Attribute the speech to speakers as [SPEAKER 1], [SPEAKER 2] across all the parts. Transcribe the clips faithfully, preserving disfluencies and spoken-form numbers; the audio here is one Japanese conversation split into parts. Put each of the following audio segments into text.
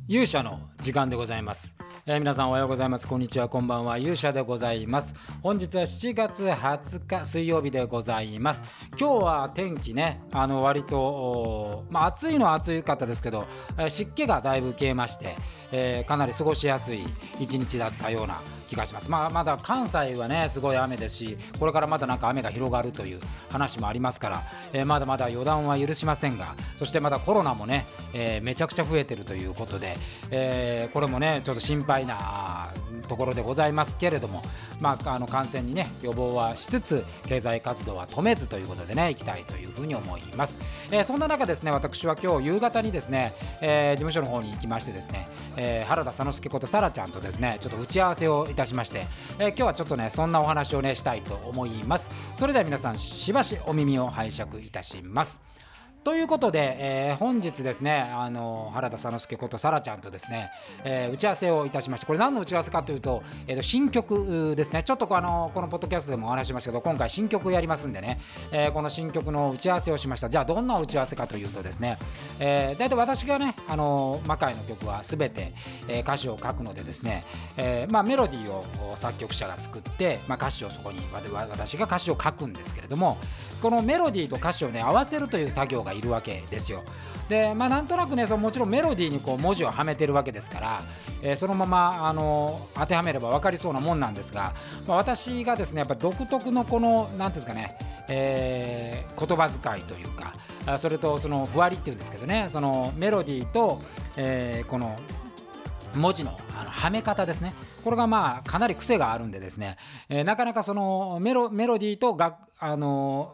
[SPEAKER 1] 勇者の時間でございます、えー、皆さんおはようございます、こんにちは、こんばんは。勇者でございます。本日はしちがつはつか水曜日でございます。今日は天気ね、あの割と、まあ、暑いのは暑かったですけど、えー、湿気がだいぶ消えまして、えー、かなり過ごしやすい一日だったような気がします。まあ、まだ関西はねすごい雨ですし、これからまだなんか雨が広がるという話もありますから、えー、まだまだ予断は許しませんが、そしてまだコロナもね、えー、めちゃくちゃ増えてるということで、えー、これもねちょっと心配なところでございますけれども、まあ、あの感染にね予防はしつつ経済活動は止めずということでね、いきたいというふうに思います。えー、そんな中ですね、私は今日夕方にですね、えー、事務所の方に行きましてですね、えー、原田佐之助ことさらちゃんとですねちょっと打ち合わせをいたしまして、えー、今日はちょっとねそんなお話をねしたいと思います。それでは皆さんしばしお耳を拝借いたします。ということで、えー、本日ですね、あの原田佐之助ことさらちゃんとですね、えー、打ち合わせをいたしまして、これ何の打ち合わせかというと、えー、と新曲ですね。ちょっとあのこのポッドキャストでもお話ししましたけど、今回新曲やりますんでね、えー、この新曲の打ち合わせをしました。じゃあどんな打ち合わせかというとですね、えー、だいたい私がねあの魔界の曲は全て、えー、歌詞を書くのでですね、えーまあ、メロディーを作曲者が作って、まあ、歌詞をそこに私が歌詞を書くんですけれども、このメロディーと歌詞をね合わせるという作業がいるわけですよ。で、まあ、なんとなくねそのもちろんメロディーにこう文字をはめてるわけですから、えー、そのままあの当てはめれば分かりそうなもんなんですが、まあ、私がですねやっぱ独特のこのなんていうんですかね、えー、言葉遣いというか、それとそのふわりっていうんですけどね、そのメロディーと、えー、この文字のあのはめ方ですね、これがまあかなり癖があるんでですね、えー、なかなかそのメロ、メロディーとがあの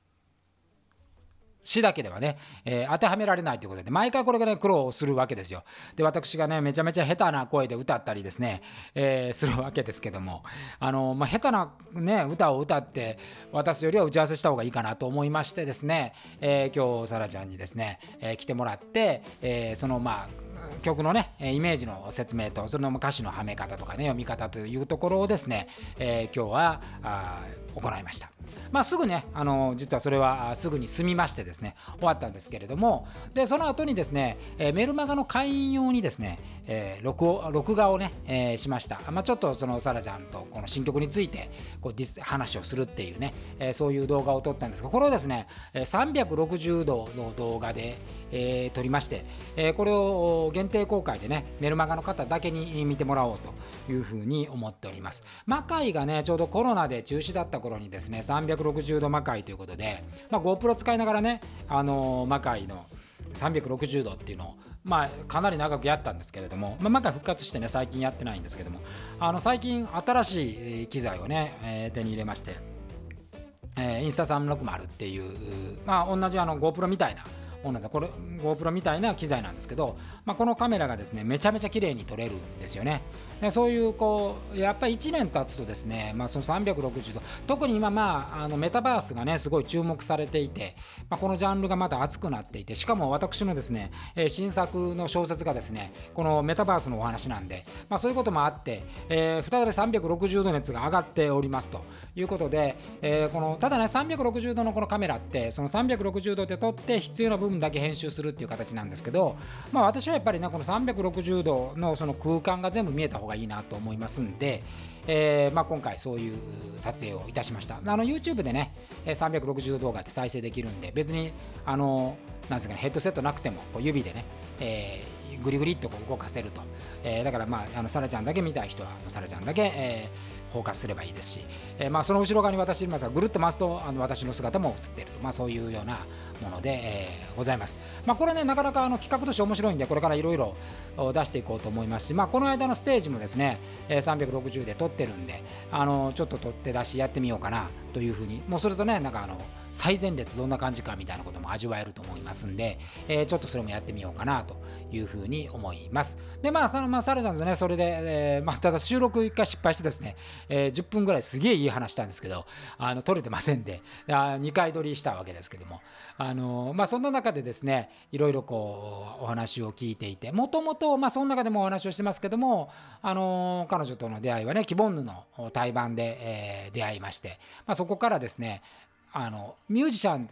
[SPEAKER 1] 詩だけではね、えー、当てはめられないということで、毎回これがね苦労するわけですよ。で、私がねめちゃめちゃ下手な声で歌ったりですね、えー、するわけですけども、あの、まあ、下手な、ね、歌を歌って渡すよりは打ち合わせした方がいいかなと思いましてですね、えー、今日さらちゃんにですね、えー、来てもらって、えー、そのまあ曲のねイメージの説明と、その歌詞のはめ方とかね読み方というところをですね、えー、今日はあ行いました。まあ、すぐねあの実はそれはすぐに済みましてですね終わったんですけれども、でその後にですね、えー、メルマガの会員用にですね、えー、録音録画をね、えー、しました。まあ、ちょっとそのサラちゃんとこの新曲についてこうディス話をするっていうね、えー、そういう動画を撮ったんですが、これをですねさんびゃくろくじゅうどの動画で、えー、撮りまして、えー、これを限定公開でねメルマガの方だけに見てもらおうというふうに思っております。魔界がねちょうどコロナで中止だった頃にですねさんびゃくろくじゅうど魔界ということで、まあ、GoPro 使いながらねあのー、魔界のさんびゃくろくじゅうどっていうのをまあかなり長くやったんですけれども、まあ、魔界復活してね最近やってないんですけども、あの最近新しい機材をね、えー、手に入れまして、えー、インスタさんびゃくろくじゅうっていう、まあ同じあの GoPro みたいなこれ GoPro みたいな機材なんですけど、まあ、このカメラがですねめちゃめちゃ綺麗に撮れるんですよね。でそういうこうやっぱりいちねん経つとですね、まあ、そのさんびゃくろくじゅうど、特に今まああのメタバースがねすごい注目されていて、まあ、このジャンルがまだ熱くなっていて、しかも私のですね、えー、新作の小説がですねこのメタバースのお話なんで、まあ、そういうこともあって、えー、再びさんびゃくろくじゅうど熱が上がっておりますということで、えー、このただねさんびゃくろくじゅうどのこのカメラってそのさんびゃくろくじゅうどで撮って必要な部分だけ編集するっていう形なんですけど、まあ、私はやっぱりねこのさんびゃくろくじゅうどのその空間が全部見えた方がいいなと思いますんで、えーまあ、今回そういう撮影をいたしました。あの YouTube でねさんびゃくろくじゅうど動画って再生できるんで、別にあのなんですかねヘッドセットなくてもこう指でね、えー、グリグリっとこう動かせると、えー、だからまああのサラちゃんだけ見たい人はサラちゃんだけ、えーフォーカスすればいいですし、えーまあ、その後ろ側に私いますがぐるっと回すとあの私の姿も映っていると、まあ、そういうようなもので、えー、ございます。まあ、これねなかなかあの企画として面白いんでこれからいろいろ出していこうと思いますし、まあ、この間のステージもですね、えー、さんびゃくろくじゅうで撮ってるんであのちょっと撮って出しやってみようかなというふうに、もうそれとねなんかあの最前列どんな感じかみたいなことも味わえると思いますんで、えー、ちょっとそれもやってみようかなというふうに思います。でまあそのまあサラちゃんとねそれで、えーまあ、ただ収録いっかい失敗してですね、えー、じゅっぷんぐらいすげえいい話したんですけどあの撮れてませんで、あにかい撮りしたわけですけども、あのまあそんな中でですねいろいろこうお話を聞いていて、もともとまあその中でもお話をしてますけども、あの彼女との出会いはねキボンヌの対バンで、えー、出会いまして、まあ、そこからですねあのミュージシャン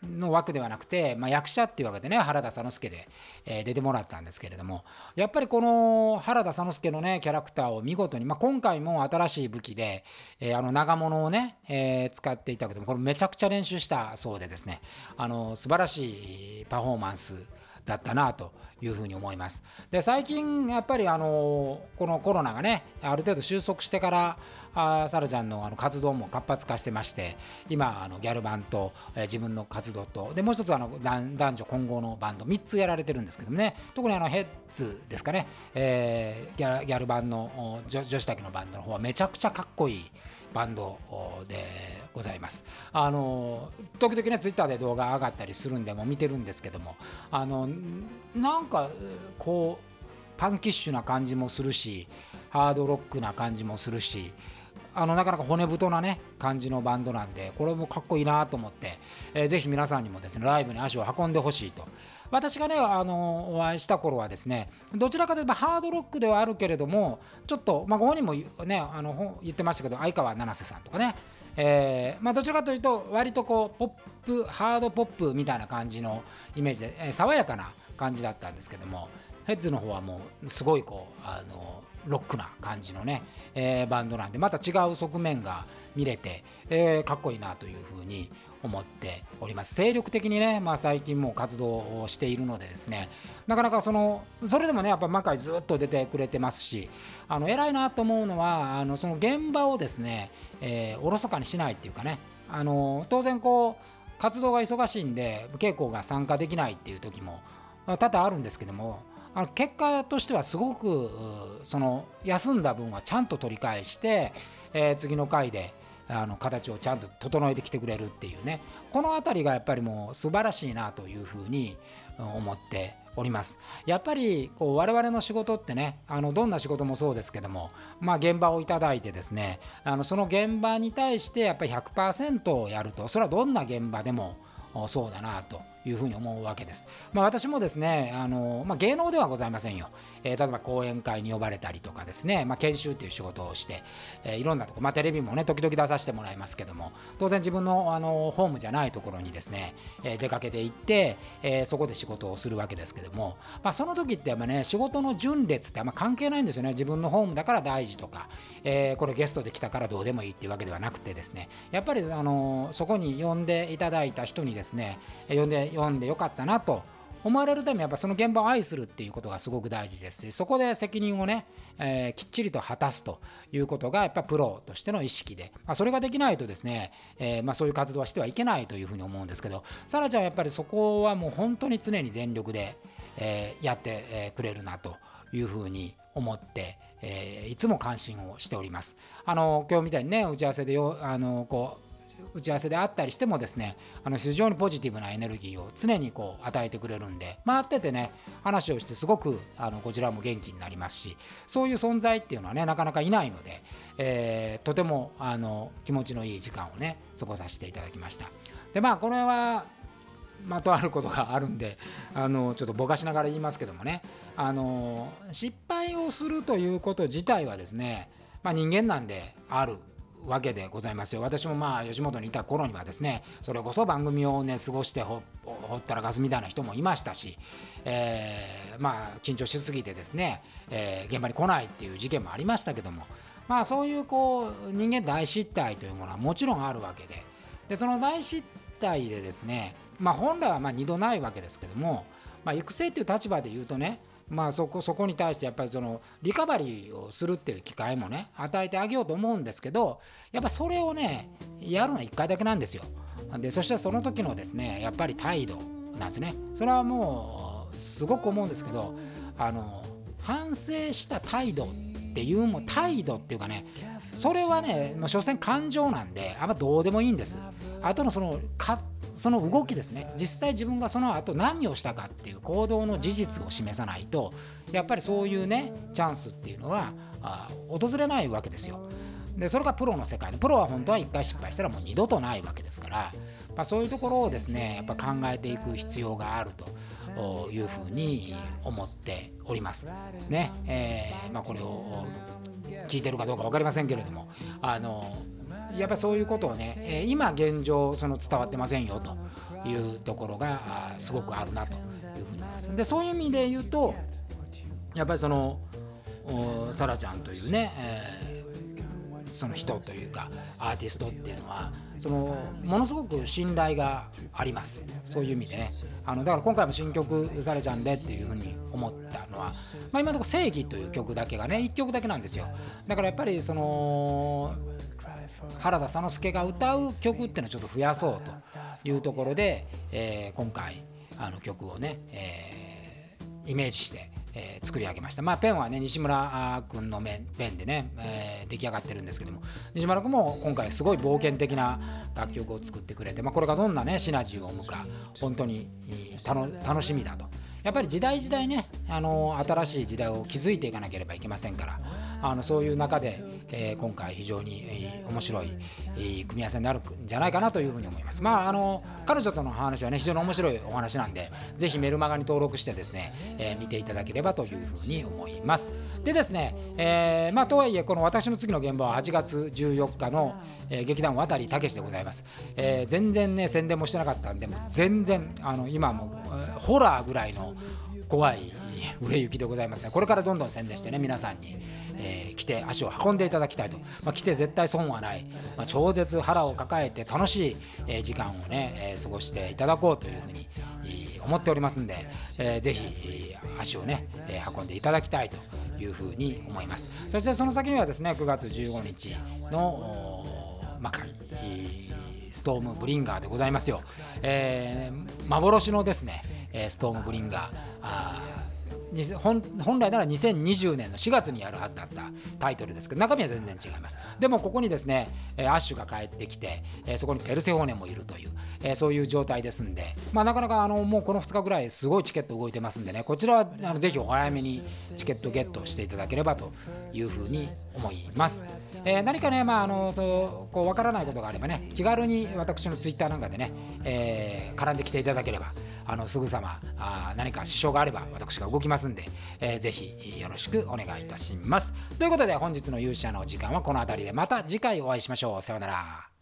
[SPEAKER 1] の枠ではなくて、まあ、役者っていうわけでね原田佐之助で、えー、出てもらったんですけれども、やっぱりこの原田佐之助のねキャラクターを見事に、まあ、今回も新しい武器で、えー、あの長物をね、えー、使っていたけども、これめちゃくちゃ練習したそうでですね、あの素晴らしいパフォーマンスだったなというふうに思います。で最近やっぱりあのこのコロナがねある程度収束してからあサラちゃんのあの活動も活発化してまして、今あのギャルバンと、えー、自分の活動とでもう一つあの男女混合のバンドみっつやられてるんですけどもね、特にあのヘッズですかね、えー、ギャ, ギャルバンの女子だけのバンドの方はめちゃくちゃかっこいいバンドでございます。あの時々ねツイッターで動画上がったりするんでも見てるんですけども、あのなんかこうパンキッシュな感じもするし、ハードロックな感じもするし、あのなかなか骨太なね感じのバンドなんで、これもかっこいいなと思って、えー、ぜひ皆さんにもですねライブに足を運んでほしいと。私がねあのお会いした頃はですね、どちらかといえばハードロックではあるけれども、ちょっと、まあ、ご本人もねあの言ってましたけど、相川七瀬さんとかね、えーまあ、どちらかというと割とこうポップハードポップみたいな感じのイメージで、えー、爽やかな感じだったんですけども、ヘッズの方はもうすごいこうあのロックな感じのね、えー、バンドなんで、また違う側面が見れて、えー、かっこいいなというふうに思っております。精力的にね、まあ、最近も活動をしているのでですね、なかなかそのそれでもねやっぱ魔界ずっと出てくれてますし、あの偉いなと思うのはあのその現場をですね、えー、おろそかにしないっていうかね、あの当然こう活動が忙しいんで稽古が参加できないっていう時も多々あるんですけども、あの結果としてはすごくその休んだ分はちゃんと取り返して、えー、次の回であの形をちゃんと整えてきてくれるっていうね、このあたりがやっぱりもう素晴らしいなというふうに思っております。やっぱりこう我々の仕事ってね、あのどんな仕事もそうですけども、まあ、現場をいただいてですね、あのその現場に対してやっぱり ひゃくパーセント をやると、それはどんな現場でもそうだなというふうに思うわけです。まあ、私もですねあの、まあ、芸能ではございませんよ、えー、例えば講演会に呼ばれたりとかですね、まあ、研修っていう仕事をして、えー、いろんなとこ、まあ、テレビもね時々出させてもらいますけども、当然自分の、あのホームじゃないところにですね、えー、出かけていって、えー、そこで仕事をするわけですけども、まあ、その時ってやっぱね仕事の順列ってあんま関係ないんですよね。自分のホームだから大事とか、えー、これゲストで来たからどうでもいいっていうわけではなくてですね、やっぱりあのそこに呼んでいただいた人にですね呼んで読んでよかったなと思われるためにやっぱその現場を愛するっていうことがすごく大事ですし、そこで責任をね、えー、きっちりと果たすということがやっぱプロとしての意識で、まあ、それができないとですね、えーまあ、そういう活動はしてはいけないというふうに思うんですけど、サラちゃんはやっぱりそこはもう本当に常に全力で、えー、やって、えー、くれるなというふうに思って、えー、いつも感心をしております。あの今日みたいにね打ち合わせでよあのこう打ち合わせであったりしてもですね、あの非常にポジティブなエネルギーを常にこう与えてくれるんで、回っててね話をしてすごくあのこちらも元気になりますし、そういう存在っていうのはねなかなかいないので、えー、とてもあの気持ちのいい時間をね過ごさせていただきました。でまあこれはまあ、とあることがあるんであのちょっとぼかしながら言いますけどもね、あの失敗をするということ自体はですね、まあ、人間なんであるわけでございますよ。私もまあ吉本にいた頃にはですね、それこそ番組をね過ごしてほほったらかすみたいな人もいましたし、えー、まあ緊張しすぎてですね、えー、現場に来ないっていう事件もありましたけども、まあそういうこう人間大失態というものはもちろんあるわけで、でその大失態でですね、まあ本来はまあ二度ないわけですけども、まあ、育成という立場で言うとね、まあ、そこそこに対してやっぱりそのリカバリーをするっていう機会もね与えてあげようと思うんですけど、やっぱそれをねやるのはいっかいだけなんですよ。でそしてその時のですねやっぱり態度なんですね。それはもうすごく思うんですけど、あの反省した態度っていうも態度っていうかね、それはね所詮感情なんであんまどうでもいいんです。あとのそのかその動きですね、実際自分がその後何をしたかっていう行動の事実を示さないと、やっぱりそういうねチャンスっていうのはあ訪れないわけですよ。でそれがプロの世界で、プロは本当はいっかい失敗したらもう二度とないわけですから、まあ、そういうところをですねやっぱ考えていく必要があるというふうに思っておりますね。えーまあ、これを聞いてるかどうか分かりませんけれども、あのやっぱりそういうことをね、今現状その伝わってませんよというところがすごくあるなというふうに思います。でそういう意味で言うとやっぱりそのサラちゃんというね、えー、その人というかアーティストっていうのはそのものすごく信頼があります。そういう意味でね、あのだから今回も新曲サラちゃんでっていうふうに思ったのは、まあ、今のところ正義という曲だけがねいっきょくだけなんですよ。だからやっぱりその原田佐之助が歌う曲っていうのをちょっと増やそうというところで、えー、今回あの曲をね、えー、イメージしてえー、作り上げました。まあペンはね西村君のペンでね、えー、出来上がってるんですけども、西村君も今回すごい冒険的な楽曲を作ってくれて、まあ、これがどんなねシナジーを生むか本当に楽しみだと。やっぱり時代時代ね、あの新しい時代を築いていかなければいけませんから、あのそういう中で、えー、今回非常に、えー、面白い、えー、組み合わせになるんじゃないかなというふうに思います。まああの彼女との話はね非常に面白いお話なんで、ぜひメルマガに登録してですね、えー、見ていただければというふうに思います。でですね、えー、まあとはいえこの私の次の現場ははちがつじゅうよっかの、えー、劇団渡武でございます。えー、全然ね宣伝もしてなかったんで、もう全然あの今もうホラーぐらいの怖い売れ行きでございますね。これからどんどん宣伝してね皆さんに、えー、来て足を運んでいただきたいと、まあ、来て絶対損はない、まあ、超絶腹を抱えて楽しい、えー、時間をね、えー、過ごしていただこうというふうに、えー、思っておりますんで、えー、ぜひ、えー、足をね、えー、運んでいただきたいというふうに思います。そしてその先にはですねくがつじゅうごにちの魔界、えーストームブリンガーでございますよ。えー、幻のですねストームブリンガー、あー本, 本来ならにせんにじゅうねんのしがつにやるはずだったタイトルですけど、中身は全然違います。でもここにですねアッシュが帰ってきて、そこにペルセフォネもいるという、そういう状態ですんで、まあ、なかなかあのもうこのふつかぐらいすごいチケット動いてますんでね、こちらはあのぜひお早めにチケットゲットしていただければというふうに思います。えー、何かね、まあ、あのそうこう分からないことがあればね、気軽に私のツイッターなんかでね、えー、絡んできていただければ、あのすぐさまあ何か支障があれば私が動きますんで、えー、ぜひよろしくお願いいたします。ということで本日の勇者の時間はこの辺りで、また次回お会いしましょう。さようなら。